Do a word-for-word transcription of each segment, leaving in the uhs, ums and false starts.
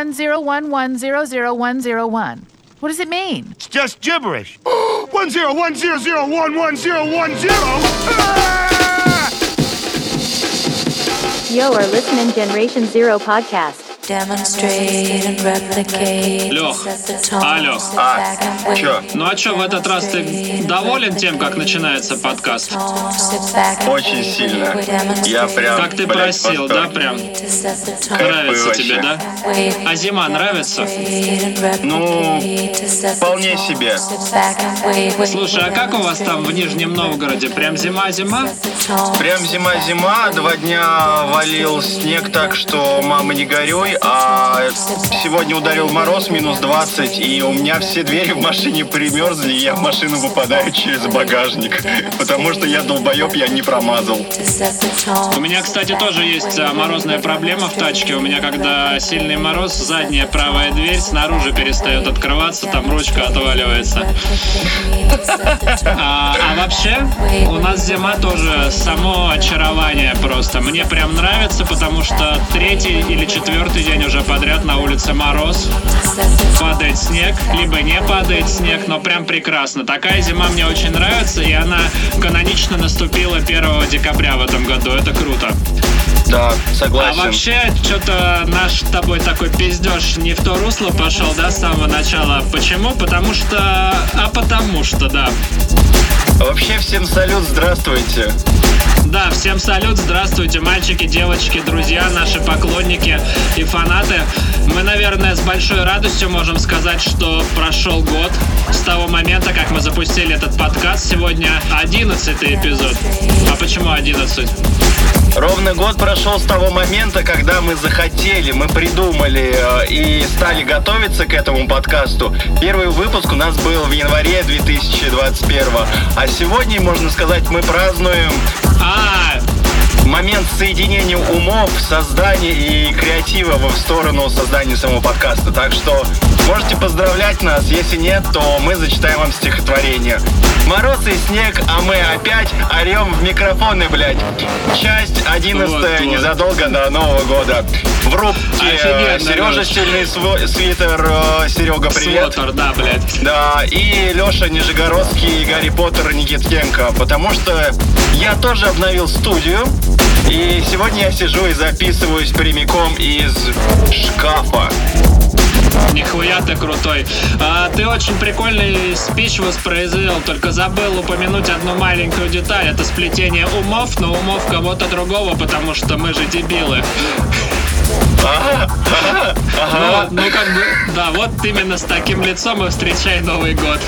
one zero one one zero zero one zero one. What does it mean? It's just gibberish. one zero one zero zero one one zero one zero. You are listening Generation Zero podcast. Demonstrate and replicate. Лёх, алло. А, чё? Ну а чё, в этот раз ты доволен тем, как начинается подкаст? Очень сильно. Я прям, Как ты блядь, просил, да, прям? Нравится вообще. тебе, да? А зима нравится? Ну, вполне себе. Слушай, а как у вас там в Нижнем Новгороде? Прям зима-зима? Прям зима-зима, два дня валил снег так, что мама не горюй, а сегодня ударил мороз минус двадцать, и у меня все двери в машине примерзли, и я в машину выпадаю через багажник, потому что я долбоеб, я не промазал. У меня, кстати, тоже есть а, морозная проблема в тачке. У меня, когда сильный мороз, задняя правая дверь снаружи перестает открываться, там ручка отваливается. А, а вообще, у нас зима тоже само очарование просто. Мне прям нравится, потому что третий или четвертый день уже подряд на улице мороз, падает снег, либо не падает снег, но прям прекрасно. Такая зима мне очень нравится, и она канонично наступила первого декабря в этом году. Это круто. Да, А согласен. вообще, что-то наш с тобой такой пиздеж не в то русло пошел, да, с самого начала. Почему? Потому что... А потому что, да. Вообще всем салют, здравствуйте. Да, всем салют, здравствуйте, мальчики, девочки, друзья, наши поклонники и фанаты. Мы, наверное, с большой радостью можем сказать, что прошел год с того момента, как мы запустили этот подкаст. Сегодня одиннадцатый эпизод. А почему одиннадцать? Ровно год прошел с того момента, когда мы захотели, мы придумали э, и стали готовиться к этому подкасту. Первый выпуск у нас был в январе две тысячи двадцать первого, а сегодня, можно сказать, мы празднуем А, момент соединения умов, создания и креатива в сторону создания самого подкаста. Так что можете поздравлять нас, если нет, то мы зачитаем вам стихотворение. Мороз и снег, а мы опять орем в микрофоны, блядь. Часть одиннадцатая, Вот, вот. незадолго до Нового года. В рубке Офигенно, Сережа Лёш. стильный сво- свитер, э, Серега, привет. Свотер, да, блядь. Да, и Леша Нижегородский, и Гарри Поттер, Никитенко. Потому что я тоже обновил студию. И сегодня я сижу и записываюсь прямиком из шкафа. Нихуя ты крутой. А, ты очень прикольный спич воспроизвел, только забыл упомянуть одну маленькую деталь. Это сплетение умов, но умов кого-то другого, потому что мы же дебилы. Ага, ага, Ну, ага. ну как бы, да, вот именно с таким лицом и встречай Новый год.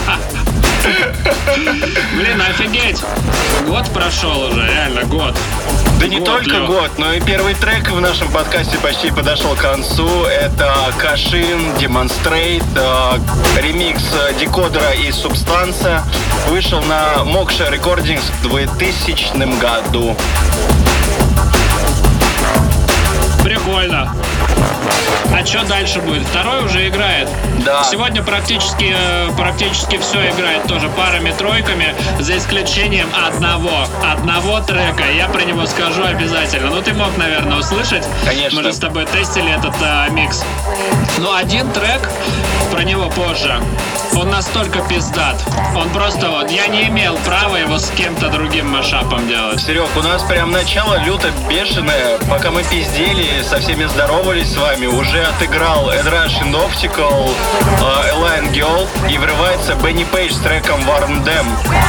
Блин, офигеть. Год прошел уже, реально год. Да не Год, только Лёх. год, но и первый трек в нашем подкасте почти подошел к концу. Это Кашин, Demonstrate, э, ремикс Декодера и Субстанция. Вышел на Мокша Recordings в двухтысячном году. Прикольно. А что дальше будет? Второй уже играет. Да. Сегодня практически, э, практически все играет тоже парами, тройками, за исключением одного. Одного трека. Я про него скажу обязательно. Ну, ты мог, наверное, услышать. Конечно. Мы же с тобой тестили этот э, микс. Но один трек, про него позже, он настолько пиздат. Он просто вот... Я не имел права его с кем-то другим машапом делать. Серег, у нас прям начало люто бешеное. Пока мы пиздели, со всеми здоровались с вами, уже отыграл Ed Rush and Optical, э, Align Girl, и врывается Бенни Пейдж с треком Warm Them.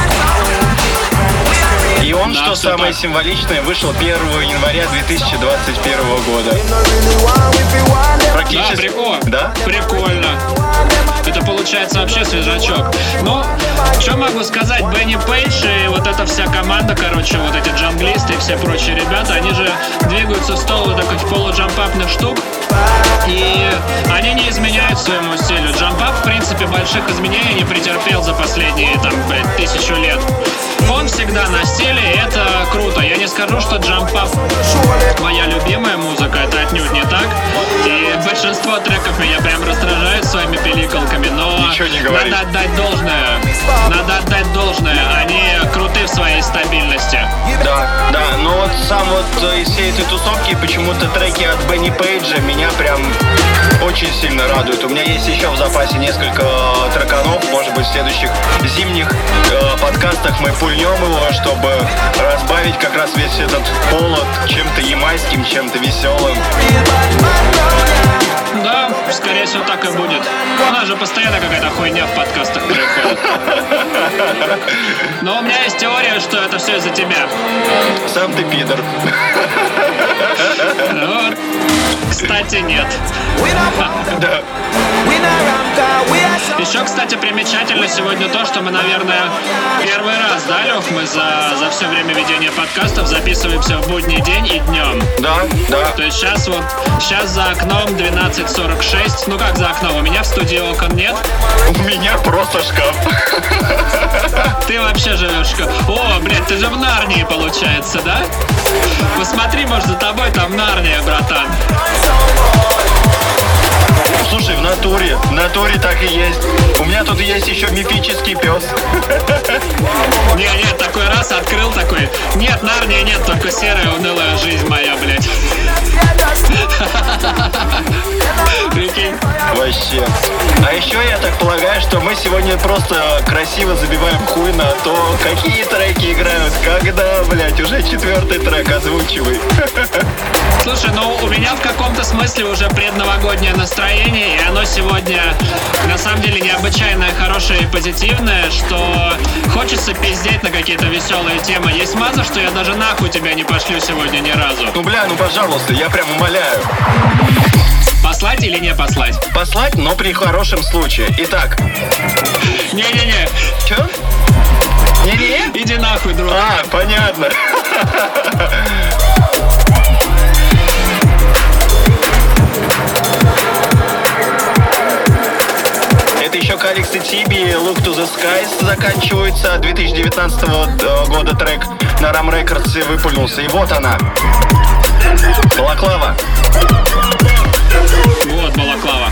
И он, Да, что всё самое так. символичное, вышел первого января две тысячи двадцать первого года. Да, Практически... прикольно. Да? Прикольно. Это получается вообще свежачок. Ну, что могу сказать, Бенни Пейдж и вот эта вся команда, короче, вот эти джанглисты и все прочие ребята, они же двигаются в сторону таких полуджампапных штук. И они не изменяют своему стилю. Джампап, в принципе, больших изменений не претерпел за последние, там, блядь, тысячу лет. Он всегда на стиле, и это круто. Я не скажу, что джампап моя любимая музыка, это отнюдь не так. И большинство треков меня прям раздражает своими пиликалками, но ничего не говорить. Надо отдать должное. Надо отдать должное. Они круты в своей стабильности. Да, да, но вот сам вот из всей этой тусовки почему-то треки от Бенни Пейджа меня прям очень сильно радуют. У меня есть еще в запасе несколько треканов, может быть, в следующих зимних э, подкастах мы пульнем его, чтобы разбавить как раз весь этот холод чем-то ямайским, чем-то веселым. Да, скорее всего, так и будет. У нас же постоянно какая-то хуйня в подкастах происходит. Но у меня есть теория, что это все из-за тебя. Сам ты пидор. Ну, кстати, нет. Да. Еще, кстати, примечательно сегодня то, что мы, наверное, первый раз, да, Лёх, мы за, за все время ведения подкастов записываемся в будний день и днем. Да, да. То есть сейчас вот, сейчас за окном двенадцать сорок шесть. Ну как за окном? У меня в студии окон нет. У меня просто шкаф. Ты вообще живешь в шкаф. О, блядь, ты же в Нарнии, получается, да? Посмотри, может, за тобой там Нарния, братан. Слушай, в натуре, в натуре так и есть. У меня тут есть еще мифический пес. Не, нет, такой раз открыл такой. Нет, Нарния нет, только серая унылая жизнь моя, блядь. Прикинь. Вообще. А еще я так полагаю, что мы сегодня просто красиво забиваем хуй на то, какие треки играют, когда, блядь, уже четвертый трек озвучивай. Слушай, ну у меня в каком-то смысле уже предновогоднее настроение, и оно сегодня на самом деле необычайно хорошее и позитивное, что хочется пиздеть на какие-то веселые темы. Есть маза, что я даже нахуй тебя не пошлю сегодня ни разу. Ну, бля, ну пожалуйста, я прям умоляю. Послать или не послать? Послать, но при хорошем случае. Итак. Не-не-не. Чё? Не-не? Иди нахуй, друг. А, понятно. Это еще Каликс и Тиби, Look to the Skies заканчивается. две тысячи девятнадцатого года трек на Ram Records выпульнулся. И вот она. Балаклава. Вот балаклава.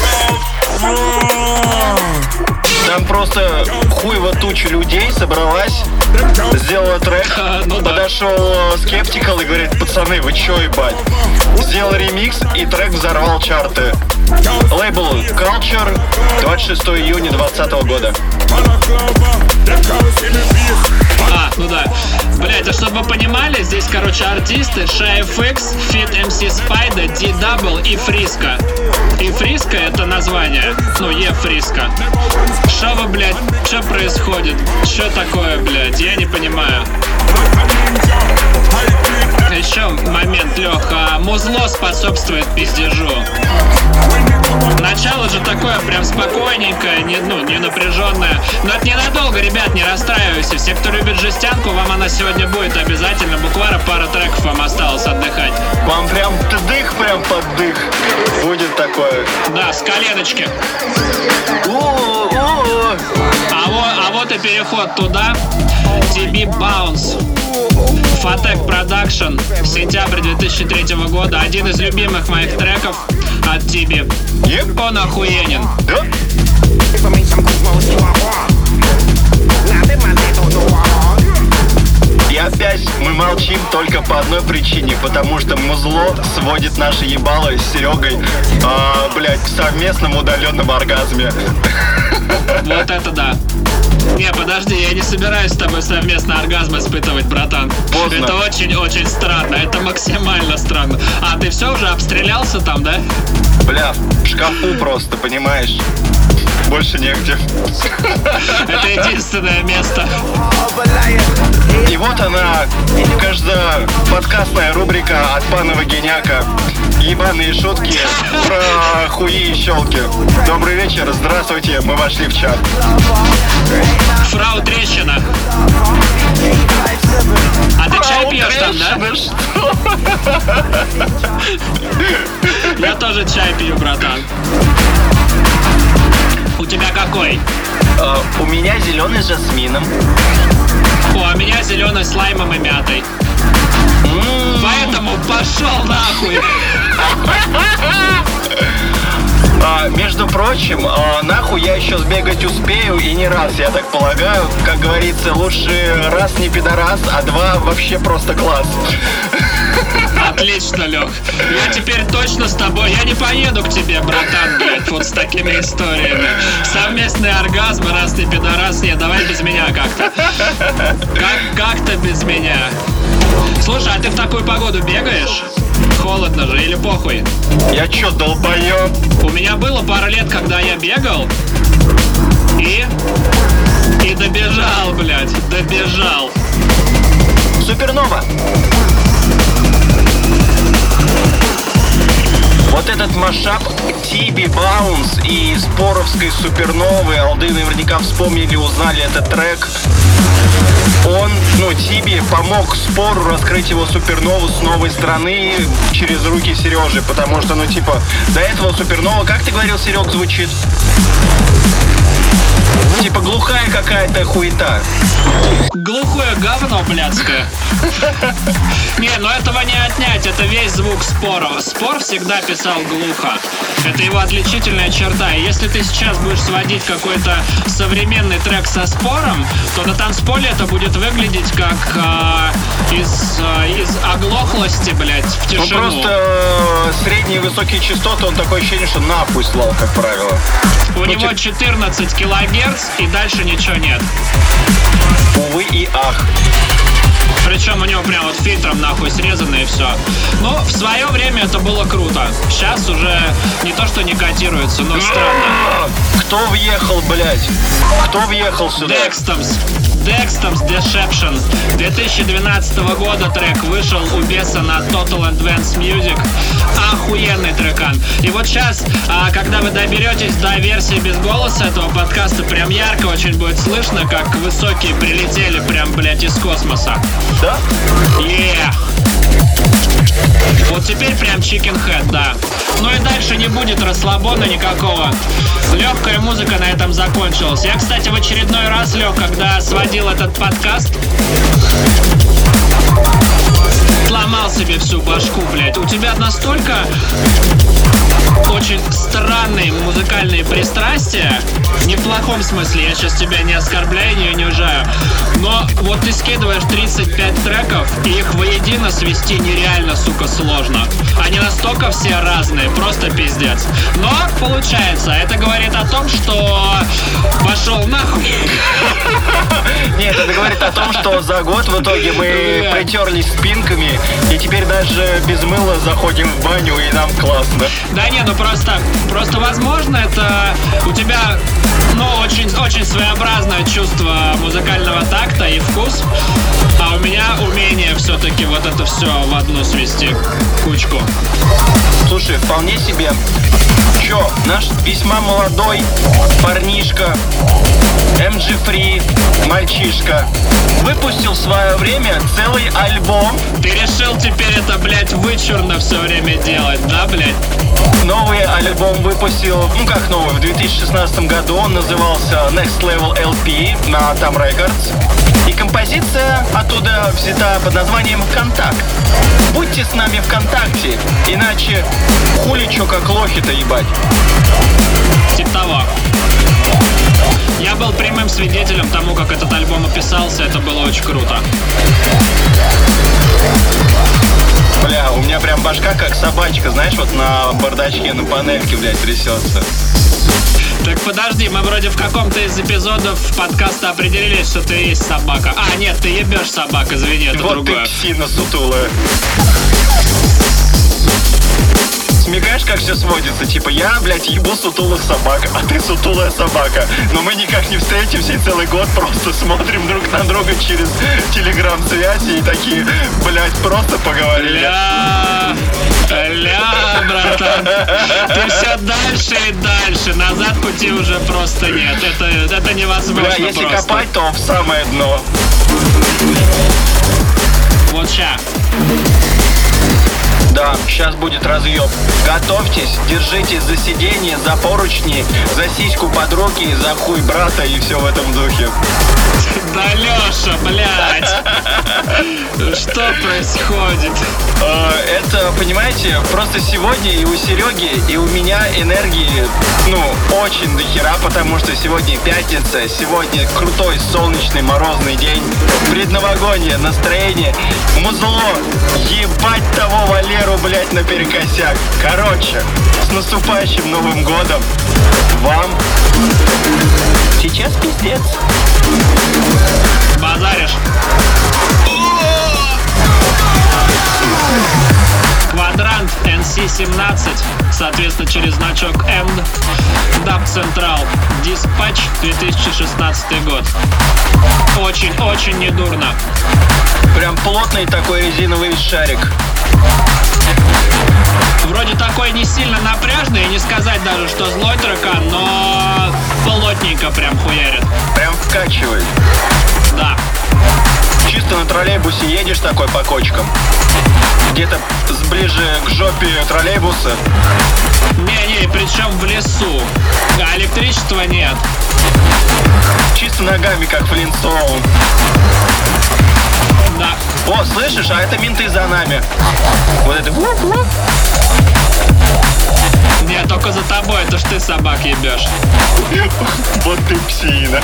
Там просто хуево туча людей собралась, сделала трек, Ну да. подошел Skeptical и говорит: пацаны, вы чё, ебать? Сделал ремикс, и трек взорвал чарты. Лейбл Culture, двадцать шестого июня двадцатого года. А, ну да. Блять, а чтобы вы понимали, здесь, короче, артисты Shy-эф-икс, Fit эм си Spider, D-Double и Фриско. И Фриско — это название. Ну, Е Фриско. Шо вы, блядь, что происходит? Что такое, блядь? Я не понимаю. Еще момент, Леха. Музло способствует пиздежу. Начало же такое прям спокойненькое, не, ну, не напряженное. Но это ненадолго, ребят, не расстраивайся. Все, кто любит жестянку, вам она сегодня будет обязательно. Буквально пара треков вам осталось отдыхать. Вам прям тдых, прям под дых будет такое. Да, с коленочки. О-о-о. А вот, а вот и переход туда. ти би Bounce. Fatec Production. Сентябрь две тысячи третьего года. Один из любимых моих треков от ти би. Yep. Он охуенен. Да? И опять мы молчим только по одной причине, потому что музло сводит наши ебало с Серегой, а, блядь, в совместном удаленном оргазме. Вот это да. Не, подожди, я не собираюсь с тобой совместно оргазм испытывать, братан. Поздно. Это очень-очень странно, это максимально странно. А ты все уже обстрелялся там, да? Бля, в шкафу просто, понимаешь? Больше негде. Это единственное место. И вот она, каждая подкастная рубрика от пана Вагиняка. Ебаные шутки про хуи и щелки. Добрый вечер, здравствуйте, мы вошли в чат. Фрау Трещина. А ты чай пьешь там, да? Я тоже чай пью, братан. У тебя какой? Uh, у меня зеленый с жасмином. О, а меня зеленый с лаймом и мятой. Mm. Поэтому пошел нахуй. А, А, между прочим, а, нахуй я еще сбегать успею, и не раз, я так полагаю. Как говорится, лучше раз не пидорас, а два вообще просто класс. Отлично, Лех. Я теперь точно с тобой. Я не поеду к тебе, братан, блядь, вот с такими историями. Совместный оргазм, раз ты пидорас, нет, давай без меня как-то. Как, как-то без меня. Слушай, а ты в такую погоду бегаешь? Холодно же или похуй? Я чё, долбоёб? У меня было пару лет, когда я бегал и... И добежал, блядь, добежал. Супернова. Вот этот машап Тиби Баунс и Споровской Суперновы, алды наверняка вспомнили, узнали этот трек. Он, ну, Тиби помог Спору раскрыть его Супернову с новой стороны через руки Сережи, потому что, ну, типа, до этого Супернова, как ты говорил, Серег, звучит? Типа глухая какая-то хуета. Глухое говно, блядское. Не, но этого не отнять, это весь звук Спора. Спор всегда писал глухо. Это его отличительная черта. И если ты сейчас будешь сводить какой-то современный трек со Спором, то на танцполе это будет выглядеть как э, из, э, из оглохлости, блядь, в тишину. Ну просто э, средние высокие частоты, он такое ощущение, что нахуй слал, как правило. У ну, него типа... четырнадцать килогерц, и дальше ничего нет. Увы и ах. Причем у него прям вот фильтром нахуй срезано и все. Но в свое время это было круто. Сейчас уже не то, что не котируется, но странно. Кто въехал, блядь? Кто въехал сюда? Dextams. Dextams Deception. две тысячи двенадцатого года трек вышел у Беса на Total Advance Music. Охуенный трекан. И вот сейчас, а, когда вы доберетесь до версии без голоса этого подкаста, прям ярко очень будет слышно, как высокие прилетели прям, блядь, из космоса. Да? Yeah. Вот теперь прям Chicken Head, да. Ну и дальше не будет расслабона никакого. Легкая музыка на этом закончилась. Я, кстати, в очередной раз, Лег, когда сводил этот подкаст, сломал себе всю башку, блядь. У тебя настолько очень странные музыкальные пристрастия. Не в плохом смысле, я сейчас тебя не оскорбляю, не унижаю. Но вот ты скидываешь тридцать пять треков, и их воедино свести нереально, сука, сложно. Они настолько все разные, просто пиздец. Но получается, это говорит о том, что пошел нахуй. Нет, это говорит о том, что за год в итоге мы притерлись спинками, и теперь даже без мыла заходим в баню, и нам классно. Да не, ну просто, просто возможно, это у тебя, ну, очень, очень своеобразное чувство музыкального такта и вкус, а у меня умение все-таки вот это все в одну свести кучку. Слушай, вполне себе. Чё, наш весьма молодой парнишка, эм джи Free, мальчишка, выпустил в свое время целый альбом. Ты решил теперь это, блядь, вычурно все время делать, да, блядь? Новый альбом выпустил, ну как новый, в две тысячи шестнадцатом году. Он назывался Next Level эл пи на Там Records. И композиция оттуда взята под названием «Контакт». Будьте с нами ВКонтакте, иначе хули чё как лохи-то ебать. Типа того. Я был прямым свидетелем тому, как этот альбом описался, это было очень круто. Бля, у меня прям башка как собачка, знаешь, вот на бардачке, на панельке, блядь, трясется. Так подожди, мы вроде в каком-то из эпизодов подкаста определились, что ты и есть собака. А, нет, ты ебешь собак, извини, это вот другое. Вот ты псина сутулая. Смекаешь, как все сводится? Типа, я, блядь, ебу сутулых собак, а ты сутулая собака. Но мы никак не встретимся и целый год просто смотрим друг на друга через телеграм-связи и такие, блядь, просто поговорили. Ля, ля, братан, ты все дальше и дальше, назад пути уже просто нет, это, это невозможно. Бля, если просто копать, то в самое дно. Вот ща. Да, сейчас будет разъеб. Готовьтесь, держитесь за сиденье, за поручни, за сиську подруги, за хуй брата и все в этом духе. Да, Леша, блядь. Что происходит? Это, понимаете, просто сегодня и у Сереги, и у меня энергии, ну, очень дохера, потому что сегодня пятница, сегодня крутой солнечный морозный день, предновогоднее настроение, музло, ебать того Валеру, блядь, наперекосяк. Короче, с наступающим Новым годом вам сейчас пиздец. Базаришь. Квадрант эн си семнадцать, соответственно, через значок N. Даб Централ. Диспатч, две тысячи шестнадцатый год. Очень-очень недурно. Прям плотный такой резиновый шарик. Вроде такой не сильно напряжный, и не сказать даже, что злой таракан, но плотненько прям хуярит. Прям вкачивает. Да. Чисто на троллейбусе едешь такой по кочкам. Где-то ближе к жопе троллейбуса. Не-не, причем в лесу. А электричества нет. Чисто ногами, как Флинстоун. Да. О, слышишь, а это менты за нами. Вот это. Не, только за тобой, это ж ты собак ебешь. Вот ты псина.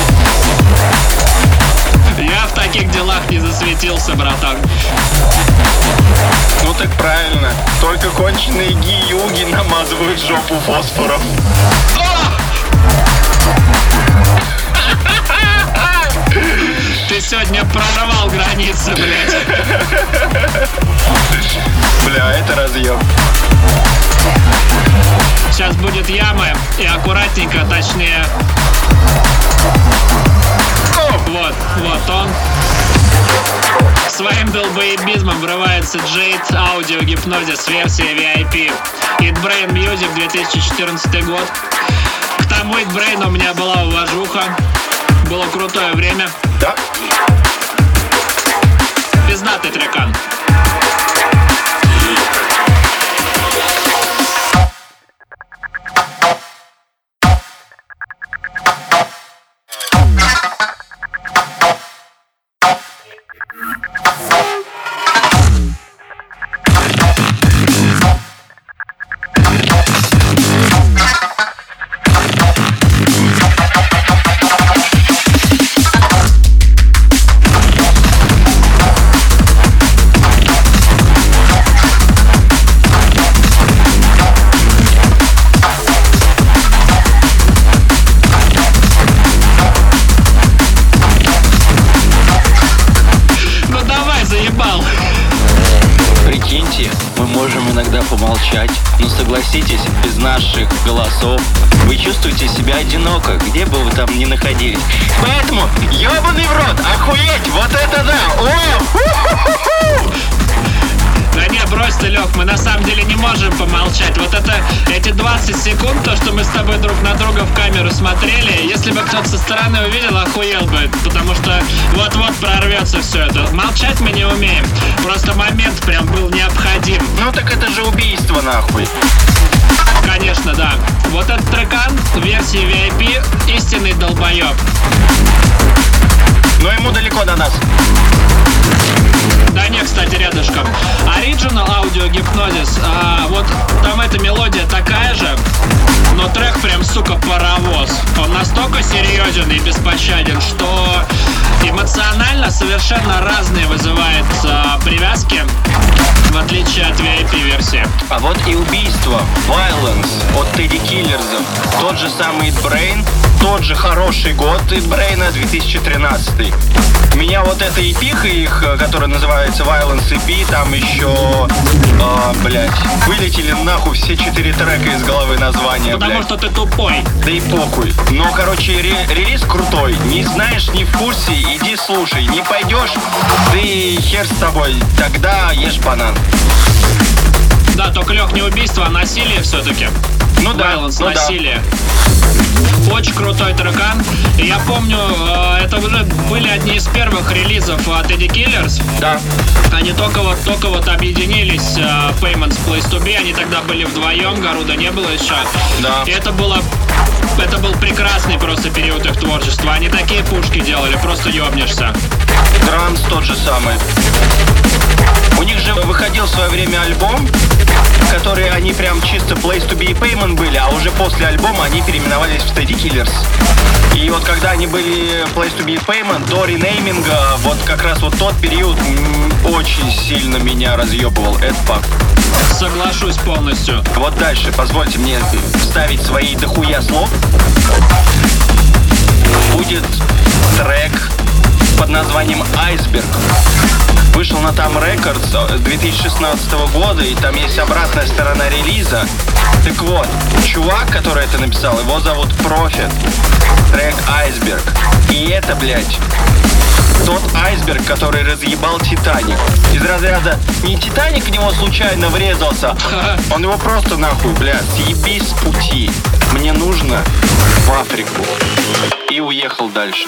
Я в таких делах не засветился, братан. Ну так правильно. Только конченые ги-юги намазывают жопу фосфором. Ты сегодня прорвал границы, блядь. Бля, это разъем. Сейчас будет яма, и аккуратненько, точнее. Вот, вот он. Своим долбоебизмом врывается Джейд Audio Hypnosis версия ви ай пи. It Brain Music, две тысячи четырнадцатый год. К тому It Brain у меня была уважуха. Было крутое время. Да? Пиздатый трекан. Помолчать, но согласитесь, без наших голосов вы чувствуете себя одиноко, где бы вы там ни находились. Поэтому, ебаный в рот, охуеть, вот это да! О! Да не, брось ты, Лёх, мы на самом деле не можем помолчать. Вот это, эти двадцать секунд, то, что мы с тобой друг на друга в камеру смотрели, если бы кто-то со стороны увидел, охуел бы, потому что вот-вот прорвется все это. Молчать мы не умеем, просто момент прям был необходим. Ну так это же убийство, нахуй. Конечно, да. Вот этот трекан в версии ви ай пи истинный долбоеб. Но ему далеко до нас. Да не, кстати, рядышком. Original Audio Hypnosis. А, вот там эта мелодия такая же, но трек прям, сука, паровоз. Он настолько серьезен и беспощаден, что эмоционально совершенно разные вызывает а, привязки, в отличие от ви ай пи-версии. А вот и убийство, Violence от Teddy Killers, тот же самый It Brain, тот же хороший год It Brain, две тысячи тринадцатый. Меня вот эта эпиха их, которая называется Violence и пи, там еще, а, блять, вылетели нахуй все четыре трека из головы названия, Потому блядь. что ты тупой. Да и похуй. Но, короче, ре- релиз крутой. Не знаешь, не в курсе, иди слушай. Не пойдешь, ты хер с тобой. Тогда ешь банан. Да, только, Лёх, не убийство, а насилие все-таки. Ну да, Violence, ну да. насилие. Очень крутой трекан. И я помню, это уже были одни из первых релизов от Eddie Killers. Да. Они только вот, только вот объединились, Payment с Place to Be. Они тогда были вдвоем, Гаруда не было еще. Да. И это было... Это был прекрасный просто период их творчества. Они такие пушки делали, просто ёбнешься. Транс тот же самый. У них же выходил в свое время альбом, который они прям чисто Place to Be и Payment были, а уже после альбома они переименовались в Steady Killers. И вот когда они были Place to Be и Payment, до ренейминга, вот как раз вот тот период м- очень сильно меня разъебывал. Это факт. Соглашусь полностью. Вот дальше, позвольте мне вставить свои дохуя слов. Будет трек под названием «Айсберг». Вышел на Там Records две тысячи шестнадцатого года, и там есть обратная сторона релиза. Так вот, чувак, который это написал, его зовут Профит. Трек «Айсберг». И это, блядь, тот айсберг, который разъебал Титаник. Из разряда не Титаник в него случайно врезался, он его просто нахуй, блядь, съебись с пути. Мне нужно в Африку. И уехал дальше.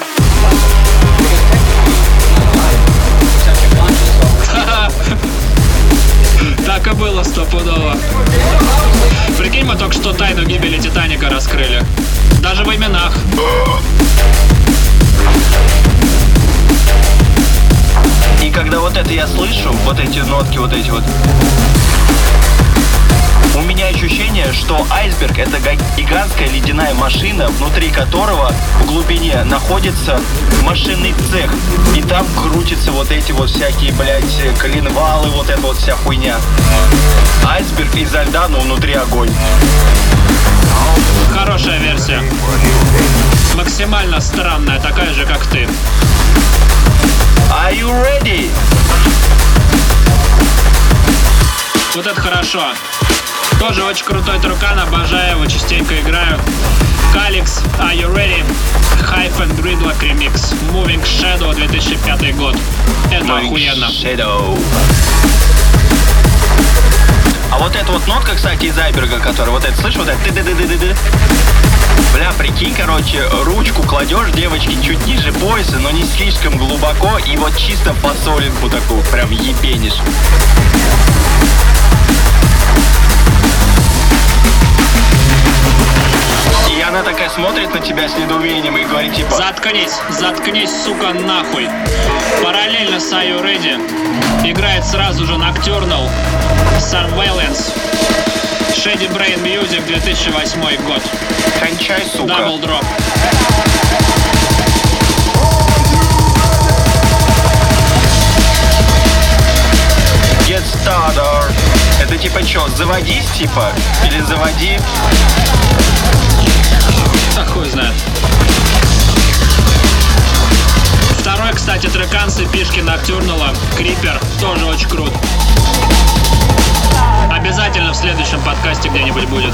Так и было стопудово. Прикинь, мы только что тайну гибели Титаника раскрыли. Даже в именах. И когда вот это я слышу, вот эти нотки, вот эти вот, у меня ощущение, что айсберг — это гигантская ледяная машина, внутри которого в глубине находится машинный цех. И там крутятся вот эти вот всякие, блядь, коленвалы, вот эта вот вся хуйня. Айсберг изо льда, но внутри огонь. Хорошая версия. Максимально странная, такая же, как ты. Are you ready? Вот это хорошо. Тоже очень крутой трекан, обожаю его, частенько играю. Каликс, Are You Ready? Hyphen Gridlock Remix. Moving Shadow, две тысячи пятый год. Это Moving охуенно. Shadow. А вот эта вот нотка, кстати, из айсберга, которая вот это, слышишь, вот это ты-ды-ды-ды-ды. Бля, прикинь, короче, ручку кладешь, девочки, чуть ниже пояса, но не слишком глубоко, и вот чисто фасолинку такую прям ебенишь. И она такая смотрит на тебя с недоумением и говорит типа: Заткнись, заткнись, сука, нахуй. Параллельно с Are You Ready играет сразу же Nocturnal, Surveillance, Shady Brain Music, две тысячи восьмой год. кончай, сука. Double Drop. Get started. Это типа что, заводись типа? Или заводи? А хуй знает. Второй, кстати, трекан с эпишки Ноктюрнала, Крипер, тоже очень крут. Обязательно в следующем подкасте где-нибудь будет.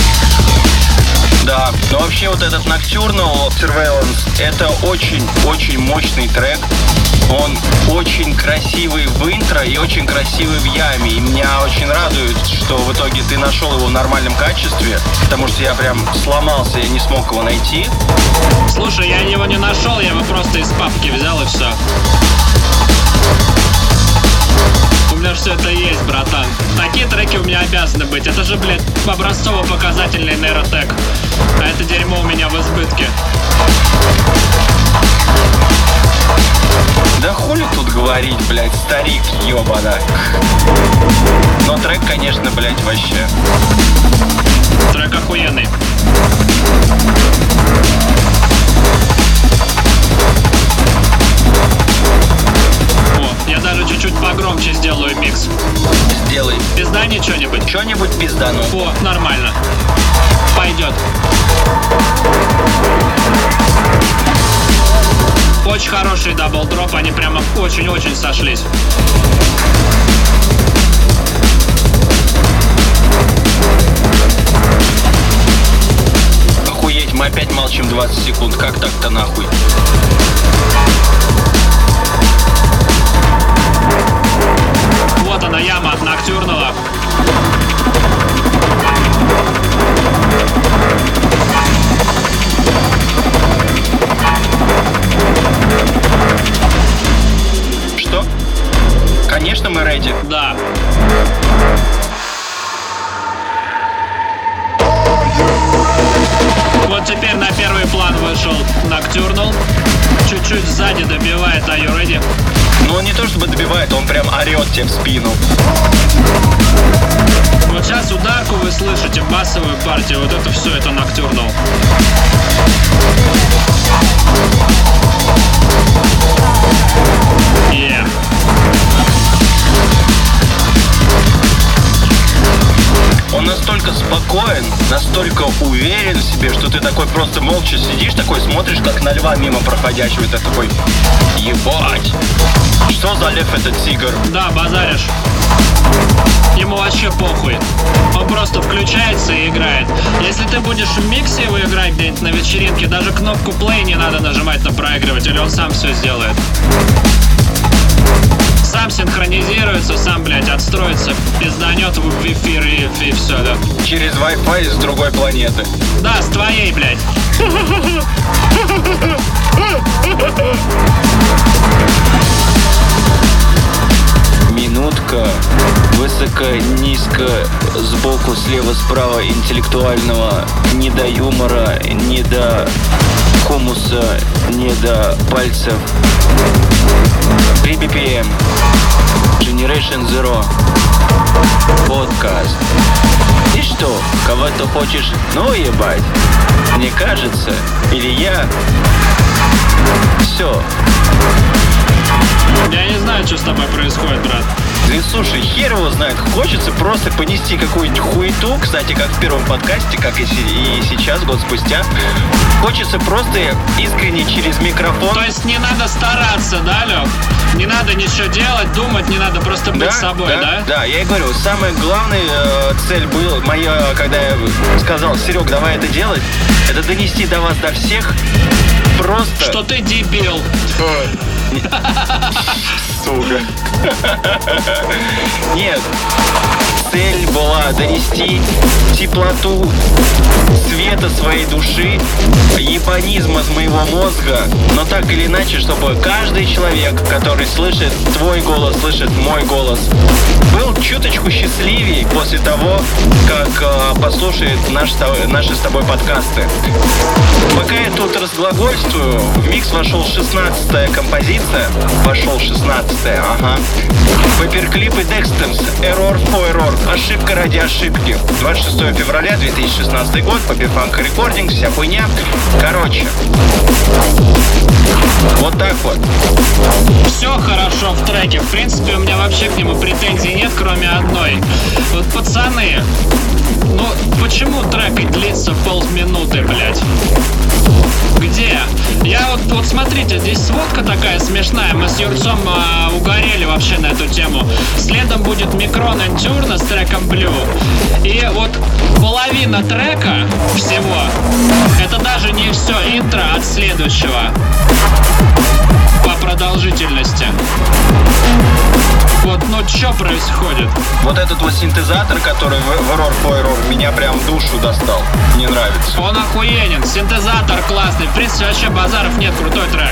Да, но вообще вот этот Nocturnal Surveillance — это очень-очень мощный трек. Он очень красивый в интро и очень красивый в яме. И меня очень радует, что в итоге ты нашел его в нормальном качестве, потому что я прям сломался, я не смог его найти. Слушай, я его не нашел, я его просто из папки взял и все. У меня все это есть, братан. Такие треки у меня обязаны быть. Это же, блядь, образцово-показательный нейротек. А это дерьмо у меня в избытке. Да хули тут говорить, блядь, старик, ёбана. Но трек, конечно, блядь, вообще. Трек охуенный. О, я даже чуть-чуть погромче сделаю микс. Сделай. Пиздани что-нибудь. Что-нибудь пиздану. О, нормально. Пойдет. Очень хороший даблдроп, они прямо очень-очень сошлись. Охуеть, мы опять молчим двадцать секунд, как так-то нахуй? Вот она, яма от Ноктюрнала. вышел Nocturnal. Чуть-чуть сзади добивает Are You Ready? Ну, он не то чтобы добивает, он прям орет тебе в спину. Вот сейчас ударку вы слышите, басовую партию, вот это все, это Nocturnal. Yeah. Он настолько спокоен, настолько уверен в себе, что ты такой просто молча сидишь, такой смотришь, как на льва мимо проходящего, и ты такой, ебать, что за лев этот тигр? Да, базаришь. Ему вообще похуй. Он просто включается и играет. Если ты будешь в миксе его играть где-нибудь на вечеринке, даже кнопку play не надо нажимать на проигрыватель, он сам все сделает. Сам синхронизируется, сам, блядь, отстроится, пизданет в эфир и, и все, да. Через Wi-Fi с другой планеты. Да, с твоей, блядь. Минутка высоко, низко, сбоку, слева, справа интеллектуального, не до юмора, не до хумуса, не до пальцев. три би пи эм Generation Zero Подкаст. И что, кого-то хочешь, ну ебать? Мне кажется, или я? Все. Я не знаю, что с тобой происходит, брат. Да, слушай, хер его знает. Хочется просто понести какую-нибудь хуету, кстати, как в первом подкасте, как и, и сейчас, год спустя. Хочется просто искренне через микрофон. То есть не надо стараться, да, Лёв? Не надо ничего делать, думать, не надо просто быть да, собой, да? Да, да, я и говорю, самая главная э, цель была моя, когда я сказал, Серег, давай это делать, это донести до вас, до всех, просто... Что ты дебил. Сука. Нет. Цель была донести теплоту света своей души, ебанизм из моего мозга, но так или иначе, чтобы каждый человек, который слышит твой голос, слышит мой голос, был чуточку счастливее после того, как э, послушает наш, наши с тобой подкасты. Пока я тут разглагольствую, в микс вошел шестнадцатая композиция. Вошел шестнадцатая, ага. Паперклип и Dextons. Error for error. Ошибка ради ошибки. двадцать шестого февраля две тысячи шестнадцатый год. Paperfunk Recording. Вся хуйня. Короче. Вот так вот. Все хорошо в треке. В принципе, у меня вообще к нему претензий нет, кроме одной. Вот, пацаны, ну почему трек и длится полминуты, блядь? Где? Я вот, вот смотрите, здесь сводка такая смешная. Мы с Юрцом э, угорели вообще на эту тему. Следом будет Микрон и Тюрна с треком Blue. И вот половина трека всего, это даже не все интро от следующего по продолжительности. Вот, ну что происходит? Вот этот вот синтезатор, который в, в Error for Error, меня прям душу достал. Мне нравится. Он охуенен, синтезатор классный. В принципе, вообще базаров нет, крутой трек.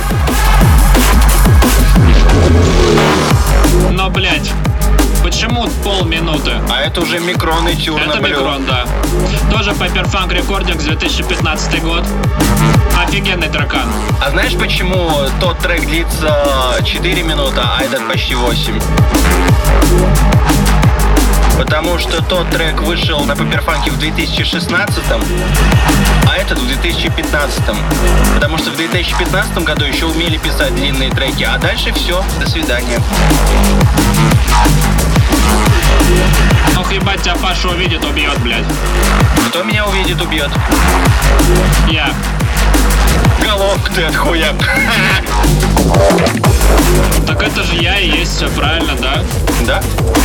Но, блядь, почему полминуты? А это уже Микрон и Тюрна. Это Микрон, да. Тоже Paperfunk Recordings, две тысячи пятнадцатый год. Офигенный трекан. А знаешь, почему тот трек длится четыре минуты, а этот почти восемь? Потому что тот трек вышел на Paperfunk в две тысячи шестнадцатом, а этот в две тысячи пятнадцатом. Потому что в две тысячи пятнадцатом году еще умели писать длинные треки, а дальше все, до свидания. Ох, ебать, тебя Паша увидит, убьет, блядь. Кто меня увидит, убьет? Я. Головка ты от хуя. Так это же я и есть, все правильно, да? Да?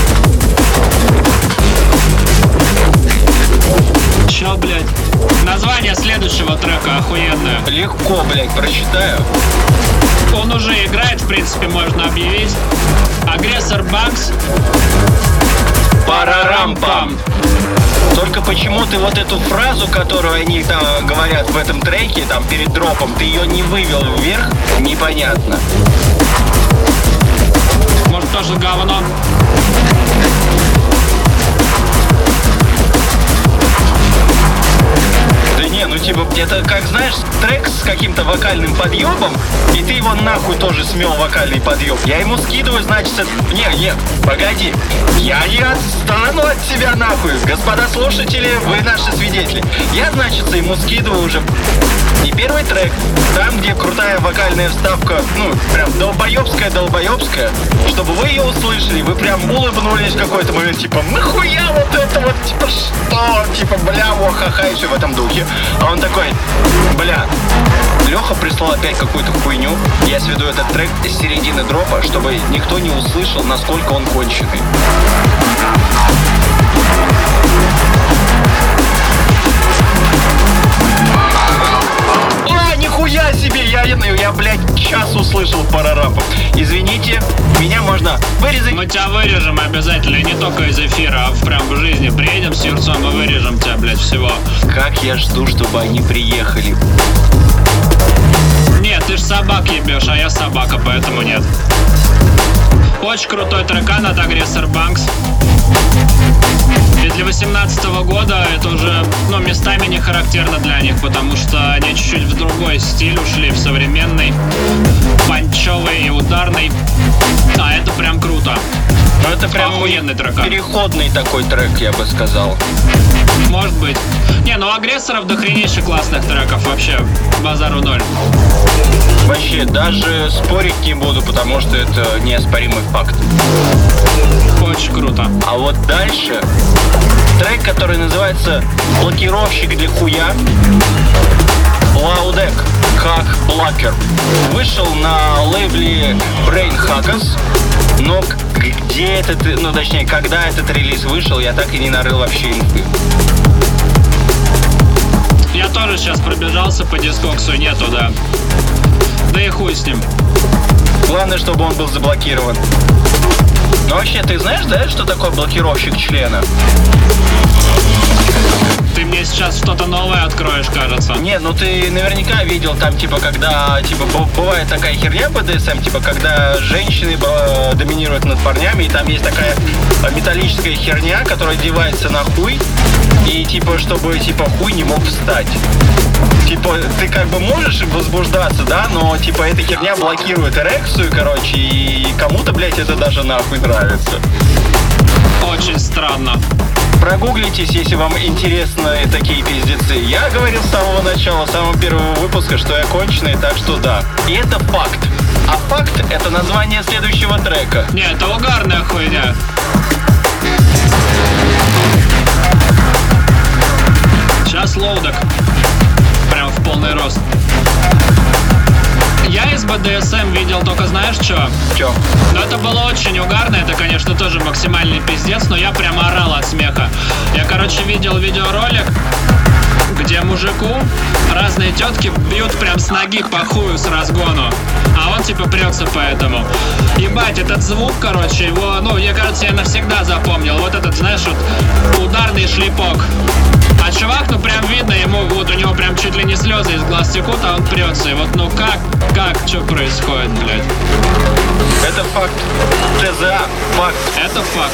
Чё, блядь? Название следующего трека охуенное. Легко, блядь, прочитаю. Он уже играет, в принципе, можно объявить. Агрессор Банкс. Парарам-пам. Только почему ты вот эту фразу, которую они там говорят в этом треке, там перед дропом, ты ее не вывел вверх, непонятно. Может, тоже говно? Да не, ну типа, это как, знаешь, трек с каким-то вокальным подъемом, и ты его нахуй тоже смел вокальный подъем. Я ему скидываю, значит, это... Не, не, погоди. Я не отстану от тебя нахуй. Господа слушатели, вы наши свидетели. Я, значит, ему скидываю уже не первый трек, там, где крутая вокальная вставка, ну, прям долбоебская-долбоебская, чтобы вы ее услышали, вы прям улыбнулись в какой-то момент, типа, нахуя вот это вот, типа, что? Типа, бля, о, ха-ха, и все в этом духе. А он такой, бля, Леха прислал опять какую-то хуйню, я сведу этот трек с середины дропа, чтобы никто не услышал, насколько он конченый. А, нихуя себе! Я, я, блядь, час услышал пара рапов. Извините, меня можно вырезать. Мы тебя вырежем обязательно, и не только из эфира, а прям в жизни. Приедем с Юрцом и вырежем тебя, блядь, всего. Как я жду, чтобы они приехали. Нет, ты ж собак ебешь, а я собака, поэтому нет. Очень крутой трекан от Aggressor Banks. И для восемнадцатого года это уже, ну, местами не характерно для них, потому что они чуть-чуть в другой стиль ушли, в современный, панчевый и ударный. А это прям круто. Ну это прям охуенный трекан. Переходный такой трек, я бы сказал. Может быть. Не, ну агрессоров дохренейше классных треков вообще. Базару ноль. Вообще, даже спорить не буду, потому что это неоспоримый факт. Очень круто. А вот дальше трек, который называется «Блокировщик для хуя», Loudek, как Блокер. Вышел на лейбле Brain Hackers, но где этот, ну точнее, когда этот релиз вышел, я так и не нарыл вообще инфы. Я тоже сейчас пробежался по дискоксу, нету, да. Да и хуй с ним. Главное, чтобы он был заблокирован. Ну вообще, ты знаешь, да, что такое блокировщик члена? Ты мне сейчас что-то новое откроешь, кажется. Не, ну ты наверняка видел там, типа, когда, типа, бывает такая херня бэ дэ эс эм, типа, когда женщины э, доминируют над парнями, и там есть такая металлическая херня, которая одевается на хуй, и, типа, чтобы, типа, хуй не мог встать. Типа, ты как бы можешь возбуждаться, да, но, типа, эта херня блокирует эрекцию, короче, и кому-то, блядь, это даже нахуй нравится. Очень странно. Прогуглитесь, если вам интересны такие пиздецы. Я говорил с самого начала, с самого первого выпуска, что я конченый, так что да. И это факт. А факт — это название следующего трека. Не, это угарная хуйня. Сейчас лоудок. Прям в полный рост. Я из бэ дэ эс эм видел только, знаешь, что? Чё? Ну, это было очень угарно, это, конечно, тоже максимальный пиздец, но я прямо орал от смеха. Я, короче, видел видеоролик, где мужику разные тетки бьют прям с ноги по хую с разгону, а он, типа, прется по этому. Ебать, этот звук, короче, его, ну, мне кажется, я навсегда запомнил. Вот этот, знаешь, вот ударный шлепок. А чувак, ну прям видно ему, вот у него прям чуть ли не слезы из глаз текут, а он прется. И вот ну как, как, что происходит, блядь? Это факт. тэ зэ а, факт. Это факт.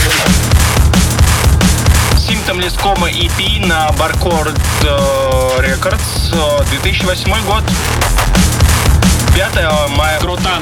Symptomless Coma и пи на Barchord Records, две тысячи восьмой год. пятого мая. Крутан.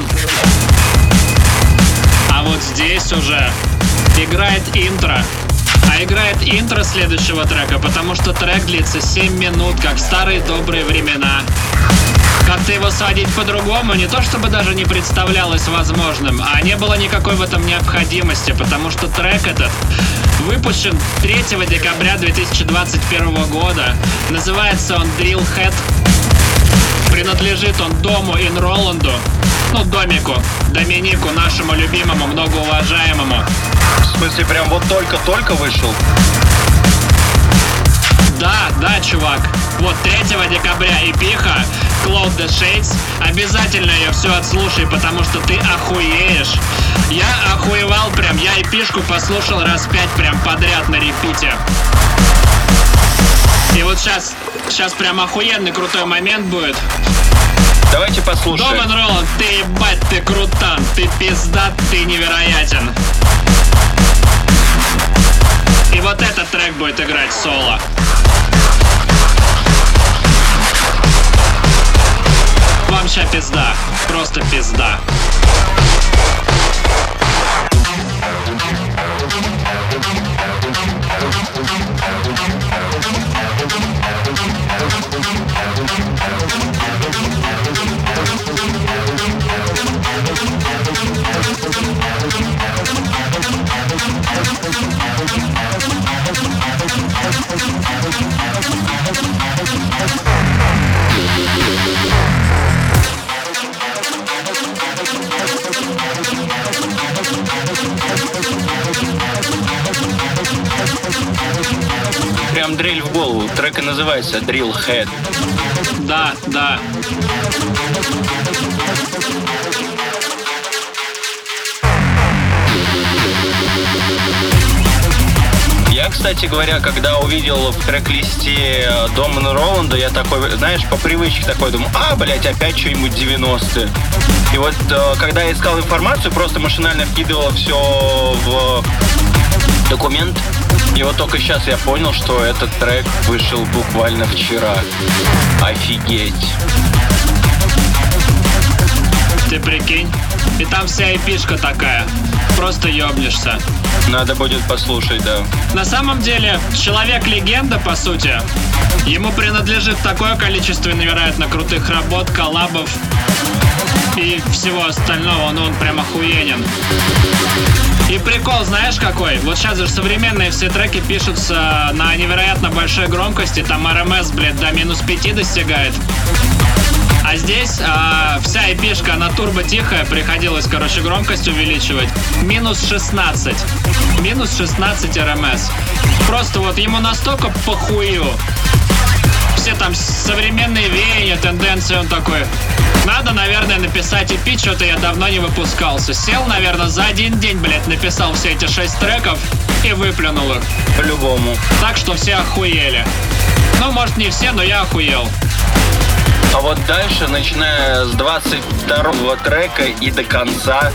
А вот здесь уже играет интро. А играет интро следующего трека, потому что трек длится семь минут, как в старые добрые времена. Как-то его сводить по-другому не то чтобы даже не представлялось возможным, а не было никакой в этом необходимости, потому что трек этот выпущен третьего декабря две тысячи двадцать первого года. Называется он Drill Head. Принадлежит он дому Ин Роланду, ну, домику, Доминику, нашему любимому, многоуважаемому. В смысле, прям вот только-только вышел? Да, да, чувак. Вот третьего декабря эпиха Cloud the Shades. Обязательно ее все отслушай, потому что ты охуеешь. Я охуевал прям. Я эпишку послушал раз пять прям подряд на репите. И вот сейчас, сейчас прям охуенный крутой момент будет. Давайте послушаем. Дом Ин Роланд, ты ебать, ты крутан, ты пиздат, ты невероятен. И вот этот трек будет играть соло. Там ща пизда. Просто пизда. Прям дрель в голову. Трек и называется Drill Head. Да, да. Я, кстати говоря, когда увидел в трек-листе Дома Роланда, я такой, знаешь, по привычке такой думаю, а, блядь, опять что-нибудь девяностые. И вот, когда я искал информацию, просто машинально вкидывал все в документ. И вот только сейчас я понял, что этот трек вышел буквально вчера. Офигеть. Ты прикинь? И там вся эпишка такая. Просто ёбнешься. Надо будет послушать, да. На самом деле, человек-легенда, по сути. Ему принадлежит такое количество невероятно крутых работ, коллабов и всего остального. Ну, он прям охуенен. И прикол, знаешь какой? Вот сейчас же современные все треки пишутся на невероятно большой громкости. Там эр эм эс, блядь, до минус пяти достигает. А здесь а, вся эпишка, она турбо тихая, приходилось, короче, громкость увеличивать. Минус шестнадцать. Минус шестнадцать эр эм эс. Просто вот ему настолько похую. Все там современные веяния, тенденции, он такой... Надо, наверное, написать и пи, что-то я давно не выпускался. Сел, наверное, за один день, блядь, написал все эти шесть треков и выплюнул их. По-любому. Так что все охуели. Ну, может, не все, но я охуел. А вот дальше, начиная с двадцать второго трека и до конца.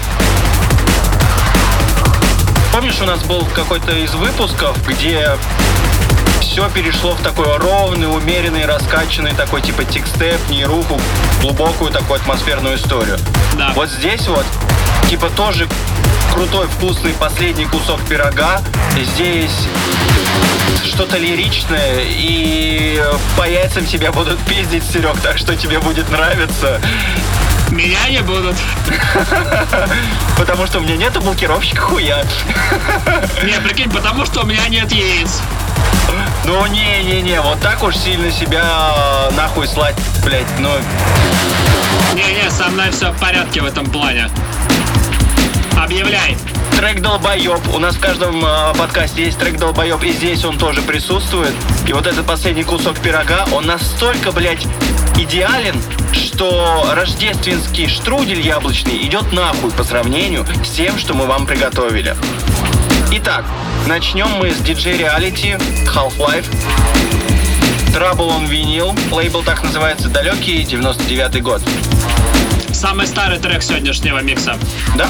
Помнишь, у нас был какой-то из выпусков, где все перешло в такой ровный, умеренный, раскачанный такой типа тикстеп, нейруху, глубокую такую атмосферную историю. Да. Вот здесь вот типа тоже крутой, вкусный последний кусок пирога. Здесь что-то лиричное, и по яйцам тебя будут пиздить, Серег, так что тебе будет нравиться. Меня не будут. Потому что у меня нету блокировщика хуя. Не, прикинь, потому что у меня нет яиц. Ну не-не-не, вот так уж сильно себя нахуй слать, блять, ну... Не-не, со мной все в порядке в этом плане. Объявляй. Трек «Долбоёб». У нас в каждом э, подкасте есть трек «Долбоёб», и здесь он тоже присутствует. И вот этот последний кусок пирога, он настолько, блядь, идеален, что рождественский штрудель яблочный идет нахуй по сравнению с тем, что мы вам приготовили. Итак, начнем мы с диджей Reality, Half-Life. Trouble on Vinyl. Лейбл так называется, далекий девяносто девятый год. Самый старый трек сегодняшнего микса. Да?